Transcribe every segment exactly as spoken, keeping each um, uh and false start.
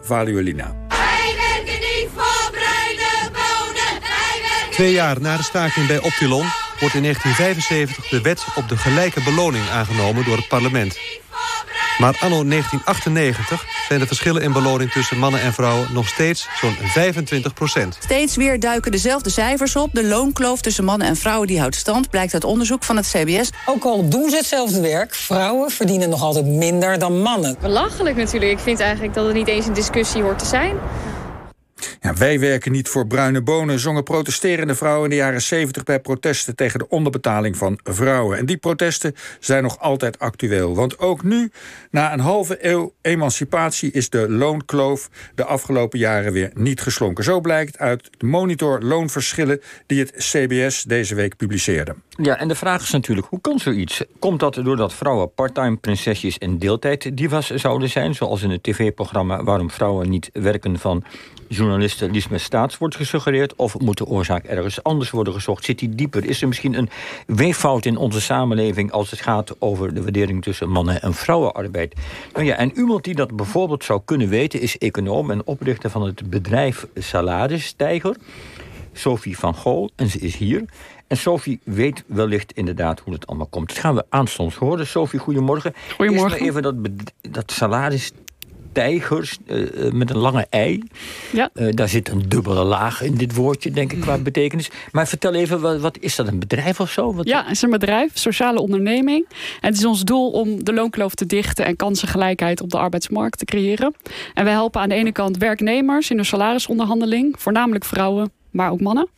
Valuelina. Wij werken niet voor bruine bonen. Wij werken Twee jaar na de staking bij Optilon wordt in negentien vijfenzeventig de wet op de gelijke beloning aangenomen door het parlement. Maar anno negentien achtennegentig zijn de verschillen in beloning tussen mannen en vrouwen nog steeds zo'n vijfentwintig procent. Steeds weer duiken dezelfde cijfers op. De loonkloof tussen mannen en vrouwen die houdt stand, blijkt uit onderzoek van het C B S. Ook al doen ze hetzelfde werk, vrouwen verdienen nog altijd minder dan mannen. Belachelijk natuurlijk. Ik vind eigenlijk dat het niet eens een discussie hoort te zijn. Ja, wij werken niet voor bruine bonen, zongen protesterende vrouwen in de jaren zeventig bij protesten tegen de onderbetaling van vrouwen. En die protesten zijn nog altijd actueel. Want ook nu, na een halve eeuw emancipatie, is de loonkloof de afgelopen jaren weer niet geslonken. Zo blijkt uit de monitor loonverschillen die het C B S deze week publiceerde. Ja, en de vraag is natuurlijk, hoe kan zoiets? Komt dat doordat vrouwen parttime prinsesjes en deeltijd divas zouden zijn, zoals in het tv-programma Waarom vrouwen niet werken van journaliste Liesbeth Staats wordt gesuggereerd? Of moet de oorzaak ergens anders worden gezocht? Zit die dieper? Is er misschien een weeffout in onze samenleving als het gaat over de waardering tussen mannen- en vrouwenarbeid? Nou ja, en iemand die dat bijvoorbeeld zou kunnen weten is econoom en oprichter van het bedrijf Salarisstijger, Sophie van Gool, en ze is hier. En Sophie weet wellicht inderdaad hoe het allemaal komt. Dat gaan we aanstonds horen. Sophie, goedemorgen. Goedemorgen. Eerst maar even dat, bed- dat Salarisstijgers uh, met een lange ei. Ja. Uh, daar zit een dubbele laag in dit woordje, denk ik, qua betekenis. Maar vertel even, wat, wat is dat, een bedrijf of zo? Wat... Ja, het is een bedrijf, sociale onderneming. En het is ons doel om de loonkloof te dichten en kansengelijkheid op de arbeidsmarkt te creëren. En wij helpen aan de ene kant werknemers in hun salarisonderhandeling, voornamelijk vrouwen, maar ook mannen.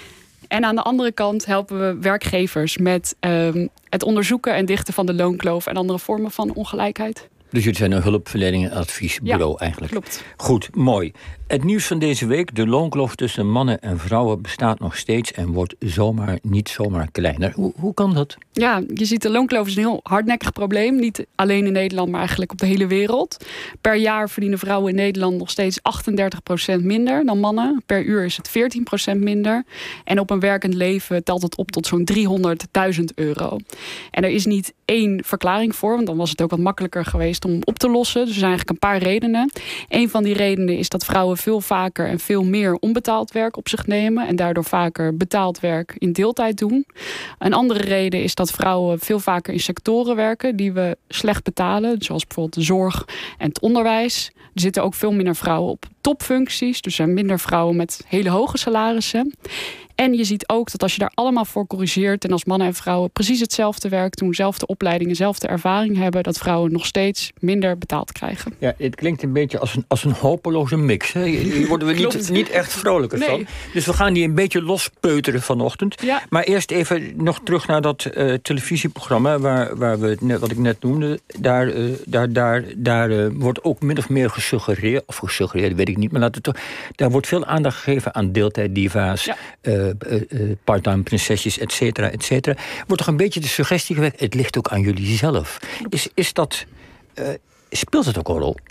En aan de andere kant helpen we werkgevers met um, het onderzoeken en dichten van de loonkloof en andere vormen van ongelijkheid. Dus jullie zijn een hulpverlening en adviesbureau ja, eigenlijk. Klopt. Goed, mooi. Het nieuws van deze week, de loonkloof tussen mannen en vrouwen bestaat nog steeds en wordt zomaar niet zomaar kleiner. Hoe, hoe kan dat? Ja, je ziet de loonkloof is een heel hardnekkig probleem. Niet alleen in Nederland, maar eigenlijk op de hele wereld. Per jaar verdienen vrouwen in Nederland nog steeds achtendertig procent minder dan mannen. Per uur is het veertien procent minder. En op een werkend leven telt het op tot zo'n driehonderdduizend euro. En er is niet één verklaring voor, want dan was het ook wat makkelijker geweest om op te lossen. Dus er zijn eigenlijk een paar redenen. Een van die redenen is dat vrouwen veel vaker en veel meer onbetaald werk op zich nemen en daardoor vaker betaald werk in deeltijd doen. Een andere reden is dat vrouwen veel vaker in sectoren werken die we slecht betalen, zoals bijvoorbeeld de zorg en het onderwijs. Er zitten ook veel minder vrouwen op topfuncties, dus er zijn minder vrouwen met hele hoge salarissen. En je ziet ook dat als je daar allemaal voor corrigeert en als mannen en vrouwen precies hetzelfde werk doen, dezelfde opleiding, dezelfde ervaring hebben, dat vrouwen nog steeds minder betaald krijgen. Ja, het klinkt een beetje als een, als een hopeloze mix. Hè? Hier worden we niet, niet echt vrolijker nee. van. Dus we gaan die een beetje lospeuteren vanochtend. Ja. Maar eerst even nog terug naar dat uh, televisieprogramma waar, waar we het net, wat ik net noemde. Daar, uh, daar, daar, daar uh, wordt ook min of meer gesuggereerd, of gesuggereerd, weet ik niet, maar laten we toch, daar wordt veel aandacht gegeven aan deeltijddiva's, ja. uh, Uh, uh, parttime prinsesjes, et cetera, et cetera. Wordt toch een beetje de suggestie gewekt, het ligt ook aan jullie zelf. Is, is dat, uh, speelt het ook een rol?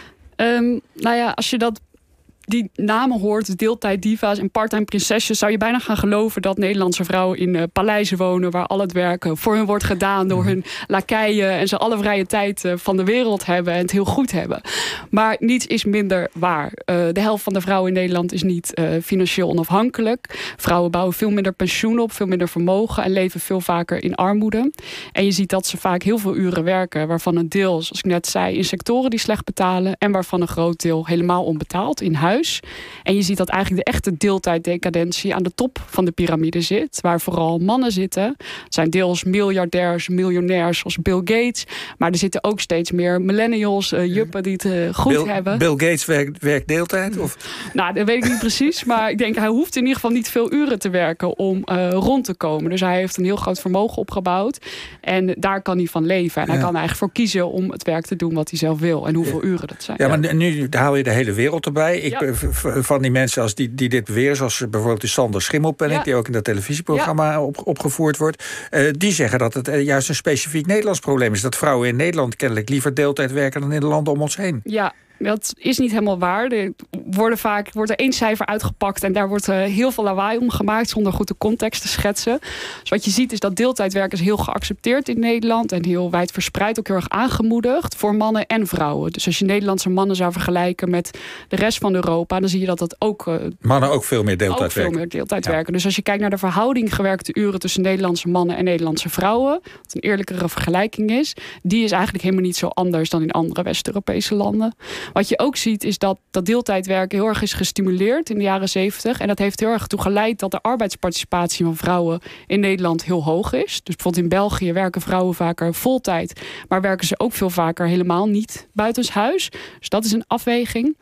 Um, nou ja, als je dat die namen hoort, deeltijddiva's en parttime prinsesjes, zou je bijna gaan geloven dat Nederlandse vrouwen in uh, paleizen wonen waar al het werk voor hun wordt gedaan door hun lakeien en ze alle vrije tijd uh, van de wereld hebben en het heel goed hebben. Maar niets is minder waar. Uh, de helft van de vrouwen in Nederland is niet uh, financieel onafhankelijk. Vrouwen bouwen veel minder pensioen op, veel minder vermogen en leven veel vaker in armoede. En je ziet dat ze vaak heel veel uren werken, waarvan een deel, zoals ik net zei, in sectoren die slecht betalen en waarvan een groot deel helemaal onbetaald in huis. En je ziet dat eigenlijk de echte deeltijddecadentie aan de top van de piramide zit, waar vooral mannen zitten. Het zijn deels miljardairs, miljonairs zoals Bill Gates, maar er zitten ook steeds meer millennials, uh, juppen die het uh, goed Bill, hebben. Bill Gates werkt, werkt deeltijd? Of? Nou, dat weet ik niet precies, maar ik denk hij hoeft in ieder geval niet veel uren te werken om uh, rond te komen. Dus hij heeft een heel groot vermogen opgebouwd en daar kan hij van leven. En hij ja. kan er eigenlijk voor kiezen om het werk te doen wat hij zelf wil en hoeveel ja. uren dat zijn. Ja, maar nu haal je de hele wereld erbij. Ik, ja. Van die mensen als die, die dit beweren, zoals bijvoorbeeld die Sander Schimmelpenninck, ja. die ook in dat televisieprogramma ja. op, opgevoerd wordt, uh, die zeggen dat het uh, juist een specifiek Nederlands probleem is. Dat vrouwen in Nederland kennelijk liever deeltijd werken dan in de landen om ons heen. Ja. dat is niet helemaal waar. Er worden vaak, wordt er één cijfer uitgepakt en daar wordt uh, heel veel lawaai om gemaakt zonder goed de context te schetsen. Dus wat je ziet is dat deeltijdwerk is heel geaccepteerd in Nederland en heel wijd verspreid, ook heel erg aangemoedigd voor mannen en vrouwen. Dus als je Nederlandse mannen zou vergelijken met de rest van Europa, dan zie je dat dat ook uh, mannen ook veel meer deeltijd ook veel werken. meer deeltijd Ja. werken. Dus als je kijkt naar de verhouding gewerkte uren tussen Nederlandse mannen en Nederlandse vrouwen, wat een eerlijkere vergelijking is, die is eigenlijk helemaal niet zo anders dan in andere West-Europese landen. Wat je ook ziet is dat dat deeltijdwerken heel erg is gestimuleerd in de jaren zeventig. En dat heeft heel erg toe geleid dat de arbeidsparticipatie van vrouwen in Nederland heel hoog is. Dus bijvoorbeeld in België werken vrouwen vaker voltijd, maar werken ze ook veel vaker helemaal niet buitenshuis. Dus dat is een afweging.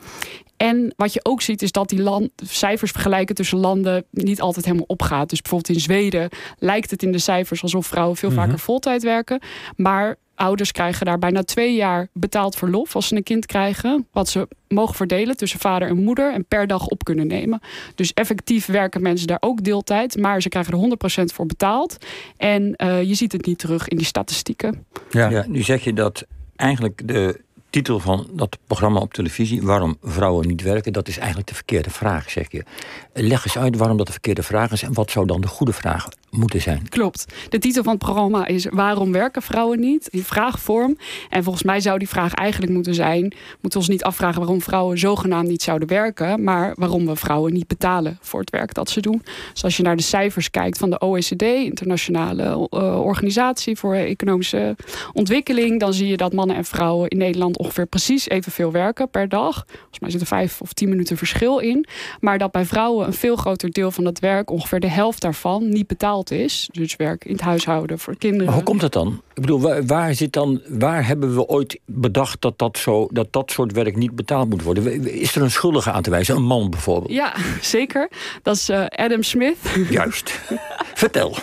En wat je ook ziet is dat die land, cijfers vergelijken tussen landen niet altijd helemaal opgaat. Dus bijvoorbeeld in Zweden lijkt het in de cijfers alsof vrouwen veel vaker voltijd werken. Maar ouders krijgen daar bijna twee jaar betaald verlof als ze een kind krijgen. Wat ze mogen verdelen tussen vader en moeder en per dag op kunnen nemen. Dus effectief werken mensen daar ook deeltijd. Maar ze krijgen er honderd procent voor betaald. En uh, je ziet het niet terug in die statistieken. Ja. Ja, nu zeg je dat eigenlijk de titel van dat programma op televisie, waarom vrouwen niet werken, dat is eigenlijk de verkeerde vraag, zeg je. Leg eens uit waarom dat de verkeerde vraag is en wat zou dan de goede vraag moeten zijn. Klopt. De titel van het programma is waarom werken vrouwen niet? In vraagvorm. En volgens mij zou die vraag eigenlijk moeten zijn, moeten we ons niet afvragen waarom vrouwen zogenaamd niet zouden werken, maar waarom we vrouwen niet betalen voor het werk dat ze doen. Dus als je naar de cijfers kijkt van de O E C D, Internationale uh, Organisatie voor Economische Ontwikkeling, dan zie je dat mannen en vrouwen in Nederland ongeveer precies evenveel werken per dag. Volgens mij zit er vijf of tien minuten verschil in. Maar dat bij vrouwen een veel groter deel van het werk, ongeveer de helft daarvan, niet betaald is. Dus werk in het huishouden voor kinderen. Maar hoe komt dat dan? Ik bedoel, waar, waar zit dan, waar hebben we ooit bedacht dat dat, zo, dat dat soort werk niet betaald moet worden? Is er een schuldige aan te wijzen? Een man bijvoorbeeld? Ja, zeker. Dat is uh, Adam Smith. Juist. Vertel.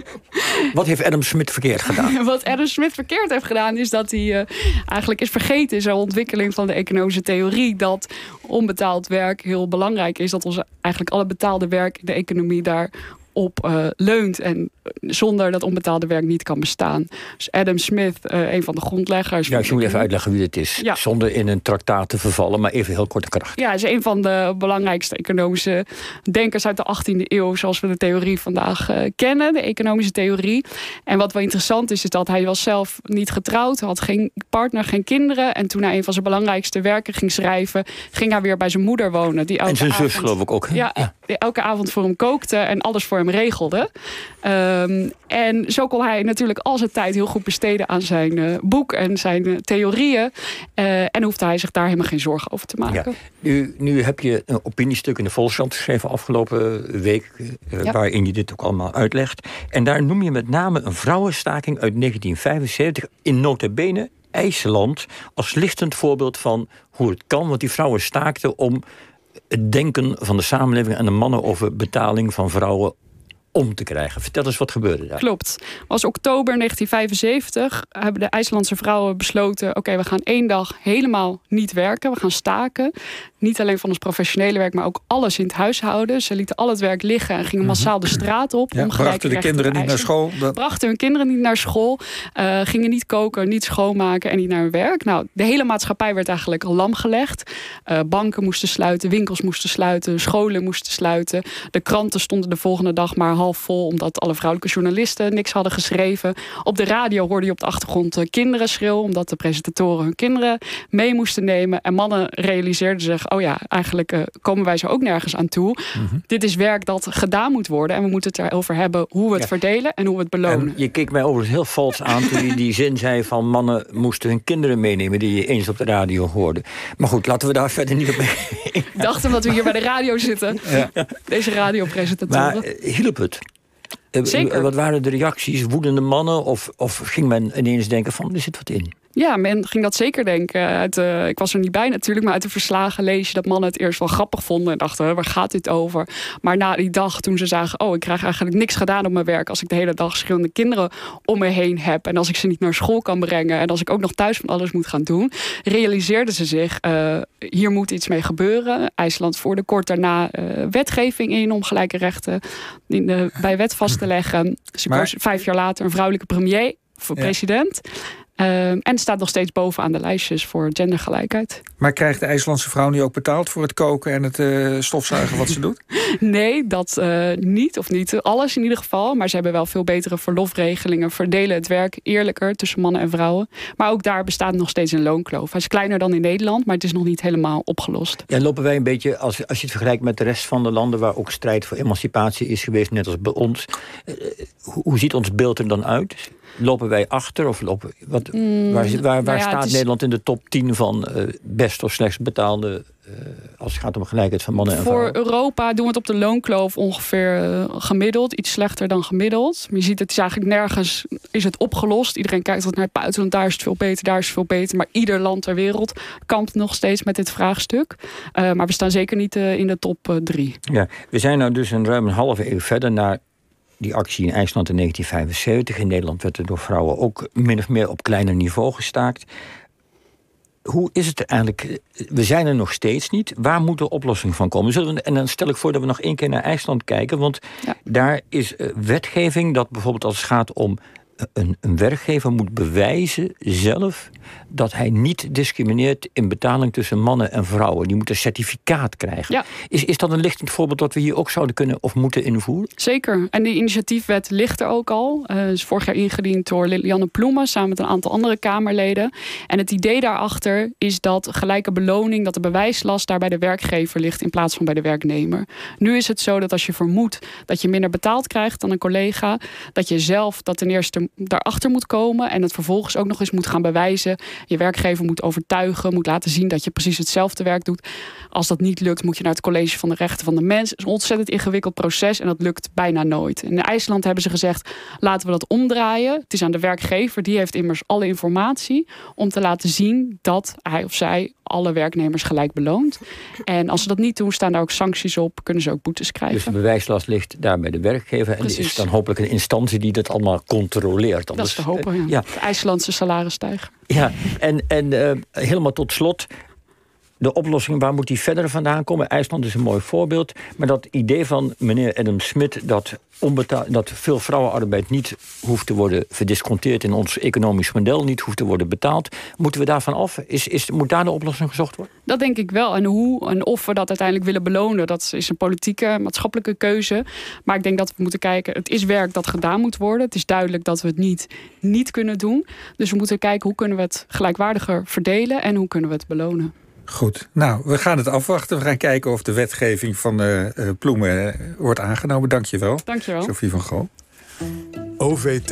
Wat heeft Adam Smith verkeerd gedaan? Wat Adam Smith verkeerd heeft gedaan is dat hij uh, eigenlijk is vergeten in zijn ontwikkeling van de economische theorie dat onbetaald werk heel belangrijk is. Dat onze eigenlijk alle betaalde werk in de economie daar op uh, leunt en zonder dat onbetaalde werk niet kan bestaan. Dus Adam Smith, uh, een van de grondleggers. Ja, je moet even uitleggen wie het is. Ja. Zonder in een traktaat te vervallen, maar even heel korte kracht. Ja, hij is een van de belangrijkste economische denkers uit de achttiende eeuw, zoals we de theorie vandaag uh, kennen, de economische theorie. En wat wel interessant is, is dat hij was zelf niet getrouwd, had geen partner, geen kinderen. En toen hij een van zijn belangrijkste werken ging schrijven, ging hij weer bij zijn moeder wonen. Die en zijn avond, zus geloof ik ook. Hè? Ja, ja, die elke avond voor hem kookte en alles voor hem regelde. Um, en zo kon hij natuurlijk al zijn tijd heel goed besteden aan zijn uh, boek en zijn uh, theorieën. Uh, en hoefde hij zich daar helemaal geen zorgen over te maken. Ja. Nu, nu heb je een opiniestuk in de Volkskrant geschreven afgelopen week, uh, ja. waarin je dit ook allemaal uitlegt. En daar noem je met name een vrouwenstaking uit negentien vijfenzeventig in nota bene IJsland als lichtend voorbeeld van hoe het kan. Want die vrouwen staakten om het denken van de samenleving en de mannen over betaling van vrouwen om te krijgen. Vertel eens wat gebeurde daar. Klopt. Was oktober negentien vijfenzeventig hebben de IJslandse vrouwen besloten, oké, okay, we gaan één dag helemaal niet werken. We gaan staken. Niet alleen van ons professionele werk, maar ook alles in het huishouden. Ze lieten al het werk liggen en gingen massaal de straat op. Ja, om brachten de kinderen niet naar school? Dat... Brachten hun kinderen niet naar school. Uh, gingen niet koken, niet schoonmaken en niet naar hun werk. Nou, de hele maatschappij werd eigenlijk al lam gelegd. Uh, banken moesten sluiten, winkels moesten sluiten, scholen moesten sluiten. De kranten stonden de volgende dag maar half vol, omdat alle vrouwelijke journalisten niks hadden geschreven. Op de radio hoorde je op de achtergrond uh, kinderen schreeuwen, omdat de presentatoren hun kinderen mee moesten nemen. En mannen realiseerden zich, oh ja, eigenlijk uh, komen wij zo ook nergens aan toe. Mm-hmm. Dit is werk dat gedaan moet worden en we moeten het erover hebben hoe we het ja. verdelen en hoe we het belonen. En je keek mij overigens heel vals aan toen je die zin zei van mannen moesten hun kinderen meenemen die je eens op de radio hoorde. Maar goed, laten we daar verder niet op mee. Ik dacht omdat we hier bij de radio zitten. Ja. Deze radiopresentatoren. Maar uh, hielp het? Zeker. Wat waren de reacties? Woedende mannen? Of, of ging men ineens denken van, er zit wat in? Ja, men ging dat zeker denken. Uit, uh, ik was er niet bij natuurlijk, maar uit de verslagen lees je dat mannen het eerst wel grappig vonden en dachten, waar gaat dit over? Maar na die dag, toen ze zagen, oh, ik krijg eigenlijk niks gedaan op mijn werk als ik de hele dag schreeuwende kinderen om me heen heb en als ik ze niet naar school kan brengen en als ik ook nog thuis van alles moet gaan doen, realiseerden ze zich, uh, hier moet iets mee gebeuren. IJsland voerde kort daarna uh, wetgeving in om gelijke rechten in de, bij wet vast te leggen. Ze koos vijf jaar later een vrouwelijke premier voor president. Uh, en het staat nog steeds bovenaan de lijstjes voor gendergelijkheid. Maar krijgt de IJslandse vrouw nu ook betaald voor het koken en het uh, stofzuigen wat ze doet? Nee, dat uh, niet. Of niet alles in ieder geval. Maar ze hebben wel veel betere verlofregelingen. Verdelen het werk eerlijker tussen mannen en vrouwen. Maar ook daar bestaat nog steeds een loonkloof. Hij is kleiner dan in Nederland, maar het is nog niet helemaal opgelost. Ja, lopen wij een beetje, als, als je het vergelijkt met de rest van de landen waar ook strijd voor emancipatie is geweest, net als bij ons. Uh, hoe, hoe ziet ons beeld er dan uit? Lopen wij achter? Of lopen, wat, mm, waar waar, waar nou ja, staat is... Nederland in de top tien van uh, best of slechts betaalde uh, als het gaat om gelijkheid van mannen en Voor vrouwen? Voor Europa doen we het op de loonkloof ongeveer uh, gemiddeld. Iets slechter dan gemiddeld. Maar je ziet, het is eigenlijk nergens is het opgelost. Iedereen kijkt naar het buitenland. Daar is het veel beter, daar is het veel beter. Maar ieder land ter wereld kampt nog steeds met dit vraagstuk. Uh, maar we staan zeker niet uh, in de top uh, drie. Ja, we zijn nou dus een ruim een halve eeuw verder naar die actie in IJsland in negentien vijfenzeventig. In Nederland werd er door vrouwen ook min of meer op kleiner niveau gestaakt. Hoe is het er eigenlijk? We zijn er nog steeds niet. Waar moet de oplossing van komen? Zullen we, en dan stel ik voor dat we nog één keer naar IJsland kijken. Want ja. daar is uh, wetgeving dat bijvoorbeeld als het gaat om Een, een werkgever moet bewijzen zelf dat hij niet discrimineert in betaling tussen mannen en vrouwen. Die moet een certificaat krijgen. Ja. Is, is dat een lichtend voorbeeld dat we hier ook zouden kunnen of moeten invoeren? Zeker. En die initiatiefwet ligt er ook al. Uh, is vorig jaar ingediend door Lilianne Ploemen samen met een aantal andere Kamerleden. En het idee daarachter is dat gelijke beloning, dat de bewijslast daar bij de werkgever ligt in plaats van bij de werknemer. Nu is het zo dat als je vermoedt dat je minder betaald krijgt dan een collega, dat je zelf dat ten eerste daarachter moet komen en het vervolgens ook nog eens moet gaan bewijzen. Je werkgever moet overtuigen, moet laten zien dat je precies hetzelfde werk doet. Als dat niet lukt, moet je naar het College van de Rechten van de Mens. Het is een ontzettend ingewikkeld proces en dat lukt bijna nooit. In IJsland hebben ze gezegd, laten we dat omdraaien. Het is aan de werkgever, die heeft immers alle informatie om te laten zien dat hij of zij alle werknemers gelijk beloont. En als ze dat niet doen, staan daar ook sancties op, kunnen ze ook boetes krijgen. Dus de bewijslast ligt daar bij de werkgever. En er is dan hopelijk een instantie die dat allemaal controleert. Anders, dat is te hopen, ja. ja. De IJslandse salarisstijger. Ja, en, en uh, helemaal tot slot, de oplossing, waar moet die verder vandaan komen? IJsland is een mooi voorbeeld. Maar dat idee van meneer Adam Smith dat, onbetaald, dat veel vrouwenarbeid niet hoeft te worden verdisconteerd in ons economisch model, niet hoeft te worden betaald. Moeten we daarvan af? Is, is, moet daar de oplossing gezocht worden? Dat denk ik wel. En hoe en of we dat uiteindelijk willen belonen, dat is een politieke, maatschappelijke keuze. Maar ik denk dat we moeten kijken, het is werk dat gedaan moet worden. Het is duidelijk dat we het niet, niet kunnen doen. Dus we moeten kijken, hoe kunnen we het gelijkwaardiger verdelen en hoe kunnen we het belonen? Goed, nou, we gaan het afwachten. We gaan kijken of de wetgeving van de uh, Ploemen uh, wordt aangenomen. Dank je wel. Dank je wel. Sophie van Goo. O V T